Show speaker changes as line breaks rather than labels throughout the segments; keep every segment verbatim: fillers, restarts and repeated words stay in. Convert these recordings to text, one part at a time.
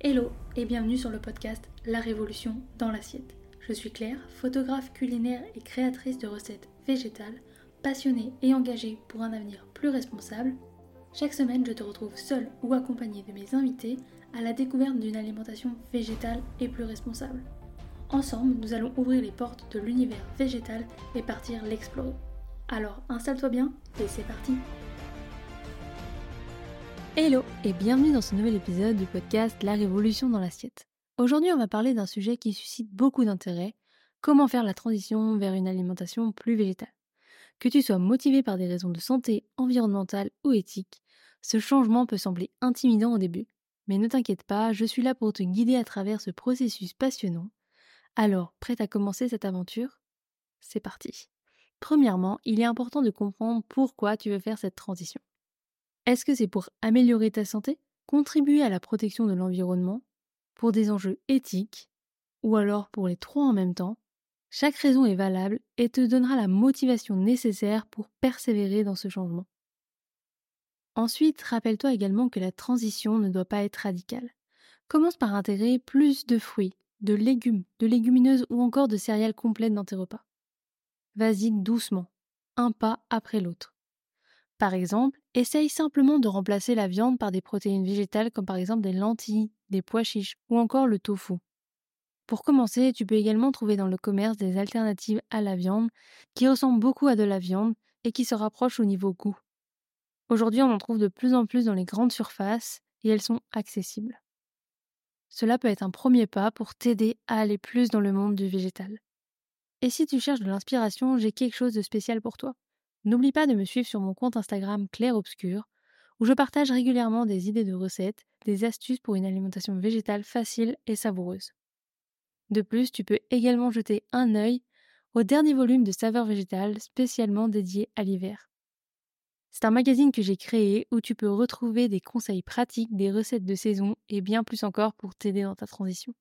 Hello et bienvenue sur le podcast La Révolution dans l'assiette. Je suis Claire, photographe culinaire et créatrice de recettes végétales, passionnée et engagée pour un avenir plus responsable. Chaque semaine, je te retrouve seule ou accompagnée de mes invités à la découverte d'une alimentation végétale et plus responsable. Ensemble, nous allons ouvrir les portes de l'univers végétal et partir l'explorer. Alors installe-toi bien et c'est parti! Hello et bienvenue dans ce nouvel épisode du podcast La Révolution dans l'assiette. Aujourd'hui, on va parler d'un sujet qui suscite beaucoup d'intérêt, comment faire la transition vers une alimentation plus végétale. Que tu sois motivé par des raisons de santé, environnementale ou éthique, ce changement peut sembler intimidant au début. Mais ne t'inquiète pas, je suis là pour te guider à travers ce processus passionnant. Alors, prête à commencer cette aventure ? C'est parti. Premièrement, il est important de comprendre pourquoi tu veux faire cette transition. Est-ce que c'est pour améliorer ta santé, contribuer à la protection de l'environnement, pour des enjeux éthiques, ou alors pour les trois en même temps? Chaque raison est valable et te donnera la motivation nécessaire pour persévérer dans ce changement. Ensuite, rappelle-toi également que la transition ne doit pas être radicale. Commence par intégrer plus de fruits, de légumes, de légumineuses ou encore de céréales complètes dans tes repas. Vas-y doucement, un pas après l'autre. Par exemple, essaye simplement de remplacer la viande par des protéines végétales comme par exemple des lentilles, des pois chiches ou encore le tofu. Pour commencer, tu peux également trouver dans le commerce des alternatives à la viande qui ressemblent beaucoup à de la viande et qui se rapprochent au niveau goût. Aujourd'hui, on en trouve de plus en plus dans les grandes surfaces et elles sont accessibles. Cela peut être un premier pas pour t'aider à aller plus dans le monde du végétal. Et si tu cherches de l'inspiration, j'ai quelque chose de spécial pour toi. N'oublie pas de me suivre sur mon compte Instagram Claire Obscur, où je partage régulièrement des idées de recettes, des astuces pour une alimentation végétale facile et savoureuse. De plus, tu peux également jeter un œil au dernier volume de Saveurs végétales spécialement dédié à l'hiver. C'est un magazine que j'ai créé où tu peux retrouver des conseils pratiques, des recettes de saison et bien plus encore pour t'aider dans ta transition.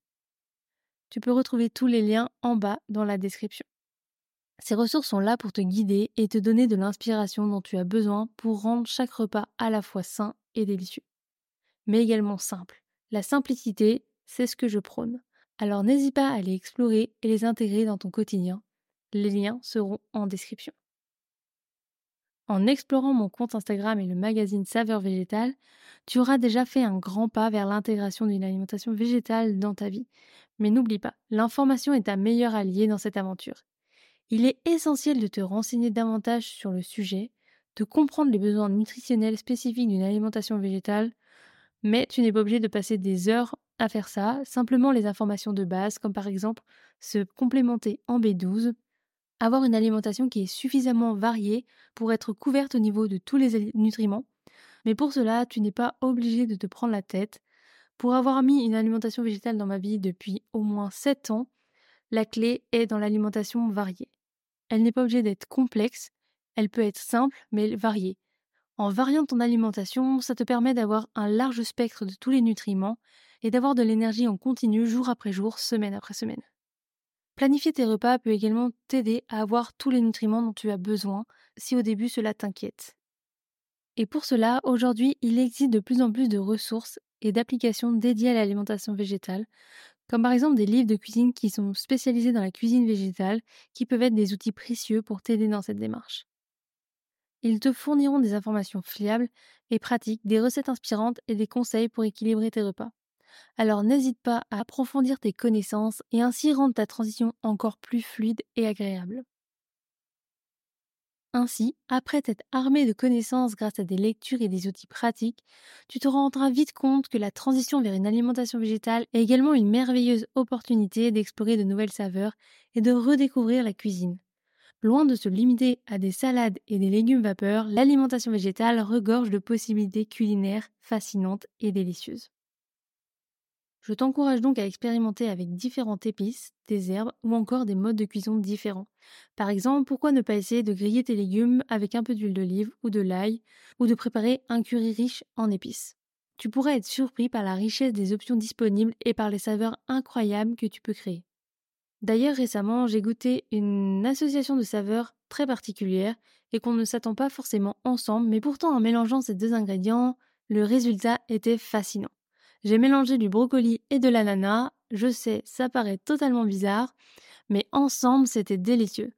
Tu peux retrouver tous les liens en bas dans la description. Ces ressources sont là pour te guider et te donner de l'inspiration dont tu as besoin pour rendre chaque repas à la fois sain et délicieux. Mais également simple. La simplicité, c'est ce que je prône. Alors n'hésite pas à les explorer et les intégrer dans ton quotidien. Les liens seront en description. En explorant mon compte Instagram et le magazine Saveurs végétales, tu auras déjà fait un grand pas vers l'intégration d'une alimentation végétale dans ta vie. Mais n'oublie pas, l'information est ta meilleure alliée dans cette aventure. Il est essentiel de te renseigner davantage sur le sujet, de comprendre les besoins nutritionnels spécifiques d'une alimentation végétale, mais tu n'es pas obligé de passer des heures à faire ça, simplement les informations de base, comme par exemple se complémenter en B douze, avoir une alimentation qui est suffisamment variée pour être couverte au niveau de tous les nutriments, mais pour cela, tu n'es pas obligé de te prendre la tête. Pour avoir mis une alimentation végétale dans ma vie depuis au moins sept ans, la clé est dans l'alimentation variée. Elle n'est pas obligée d'être complexe, elle peut être simple mais variée. En variant ton alimentation, ça te permet d'avoir un large spectre de tous les nutriments et d'avoir de l'énergie en continu jour après jour, semaine après semaine. Planifier tes repas peut également t'aider à avoir tous les nutriments dont tu as besoin si au début cela t'inquiète. Et pour cela, aujourd'hui, il existe de plus en plus de ressources et d'applications dédiées à l'alimentation végétale, comme par exemple des livres de cuisine qui sont spécialisés dans la cuisine végétale, qui peuvent être des outils précieux pour t'aider dans cette démarche. Ils te fourniront des informations fiables et pratiques, des recettes inspirantes et des conseils pour équilibrer tes repas. Alors n'hésite pas à approfondir tes connaissances et ainsi rendre ta transition encore plus fluide et agréable. Ainsi, après t'être armé de connaissances grâce à des lectures et des outils pratiques, tu te rendras vite compte que la transition vers une alimentation végétale est également une merveilleuse opportunité d'explorer de nouvelles saveurs et de redécouvrir la cuisine. Loin de se limiter à des salades et des légumes vapeur, l'alimentation végétale regorge de possibilités culinaires fascinantes et délicieuses. Je t'encourage donc à expérimenter avec différentes épices, des herbes ou encore des modes de cuisson différents. Par exemple, pourquoi ne pas essayer de griller tes légumes avec un peu d'huile d'olive ou de l'ail ou de préparer un curry riche en épices. Tu pourrais être surpris par la richesse des options disponibles et par les saveurs incroyables que tu peux créer. D'ailleurs, récemment, j'ai goûté une association de saveurs très particulière et qu'on ne s'attend pas forcément ensemble, mais pourtant en mélangeant ces deux ingrédients, le résultat était fascinant. J'ai mélangé du brocoli et de l'ananas. Je sais, ça paraît totalement bizarre, mais ensemble, c'était délicieux.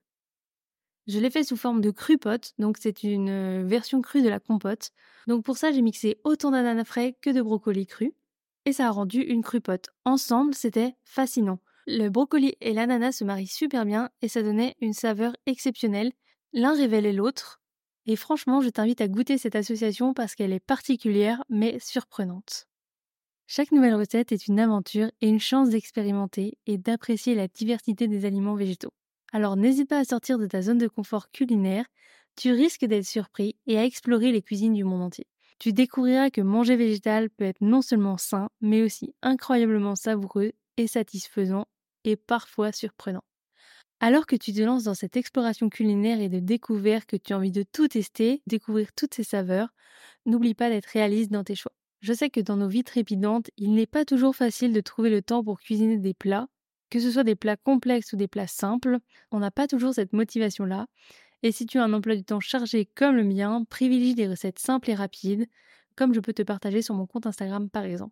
Je l'ai fait sous forme de cru-pote, donc c'est une euh, version crue de la compote. Donc pour ça, j'ai mixé autant d'ananas frais que de brocoli cru. Et ça a rendu une cru-pote. Ensemble, c'était fascinant. Le brocoli et l'ananas se marient super bien et ça donnait une saveur exceptionnelle. L'un révélait l'autre. Et franchement, je t'invite à goûter cette association parce qu'elle est particulière mais surprenante. Chaque nouvelle recette est une aventure et une chance d'expérimenter et d'apprécier la diversité des aliments végétaux. Alors n'hésite pas à sortir de ta zone de confort culinaire, tu risques d'être surpris et à explorer les cuisines du monde entier. Tu découvriras que manger végétal peut être non seulement sain, mais aussi incroyablement savoureux et satisfaisant et parfois surprenant. Alors que tu te lances dans cette exploration culinaire et de découverte, que tu as envie de tout tester, découvrir toutes ces saveurs, n'oublie pas d'être réaliste dans tes choix. Je sais que dans nos vies trépidantes, il n'est pas toujours facile de trouver le temps pour cuisiner des plats, que ce soit des plats complexes ou des plats simples, on n'a pas toujours cette motivation-là. Et si tu as un emploi du temps chargé comme le mien, privilégie des recettes simples et rapides, comme je peux te partager sur mon compte Instagram par exemple.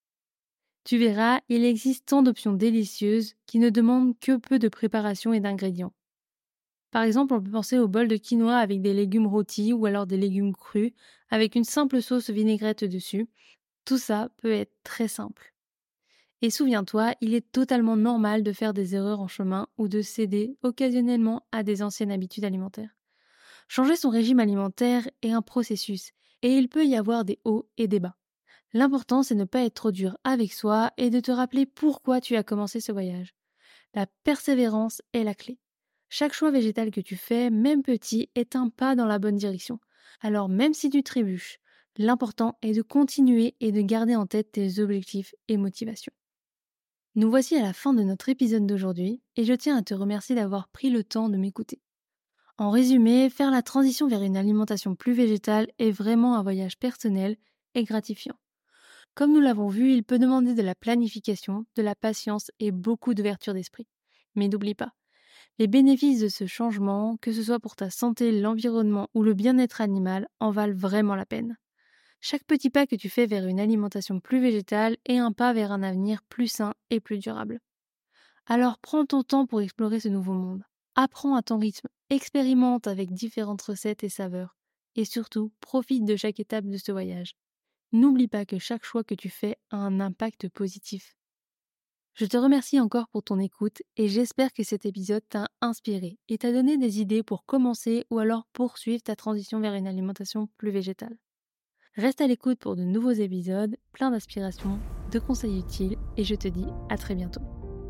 Tu verras, il existe tant d'options délicieuses qui ne demandent que peu de préparation et d'ingrédients. Par exemple, on peut penser au bol de quinoa avec des légumes rôtis ou alors des légumes crus avec une simple sauce vinaigrette dessus. Tout ça peut être très simple. Et souviens-toi, il est totalement normal de faire des erreurs en chemin ou de céder occasionnellement à des anciennes habitudes alimentaires. Changer son régime alimentaire est un processus et il peut y avoir des hauts et des bas. L'important, c'est de ne pas être trop dur avec soi et de te rappeler pourquoi tu as commencé ce voyage. La persévérance est la clé. Chaque choix végétal que tu fais, même petit, est un pas dans la bonne direction. Alors même si tu trébuches, l'important est de continuer et de garder en tête tes objectifs et motivations. Nous voici à la fin de notre épisode d'aujourd'hui et je tiens à te remercier d'avoir pris le temps de m'écouter. En résumé, faire la transition vers une alimentation plus végétale est vraiment un voyage personnel et gratifiant. Comme nous l'avons vu, il peut demander de la planification, de la patience et beaucoup d'ouverture d'esprit. Mais n'oublie pas, les bénéfices de ce changement, que ce soit pour ta santé, l'environnement ou le bien-être animal, en valent vraiment la peine. Chaque petit pas que tu fais vers une alimentation plus végétale est un pas vers un avenir plus sain et plus durable. Alors prends ton temps pour explorer ce nouveau monde. Apprends à ton rythme, expérimente avec différentes recettes et saveurs. Et surtout, profite de chaque étape de ce voyage. N'oublie pas que chaque choix que tu fais a un impact positif. Je te remercie encore pour ton écoute et j'espère que cet épisode t'a inspiré et t'a donné des idées pour commencer ou alors poursuivre ta transition vers une alimentation plus végétale. Reste à l'écoute pour de nouveaux épisodes, plein d'inspiration, de conseils utiles et je te dis à très bientôt.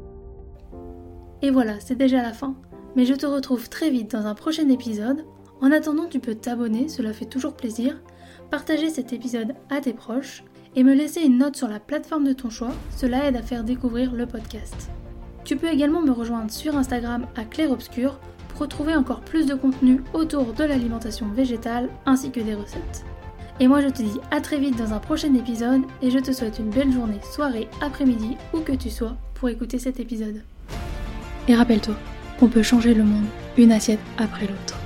Et voilà, c'est déjà la fin, mais je te retrouve très vite dans un prochain épisode. En attendant, tu peux t'abonner, cela fait toujours plaisir, partager cet épisode à tes proches et me laisser une note sur la plateforme de ton choix, cela aide à faire découvrir le podcast. Tu peux également me rejoindre sur Instagram à Clairobscur pour retrouver encore plus de contenu autour de l'alimentation végétale ainsi que des recettes. Et moi je te dis à très vite dans un prochain épisode et je te souhaite une belle journée, soirée, après-midi, où que tu sois pour écouter cet épisode. Et rappelle-toi, on peut changer le monde une assiette après l'autre.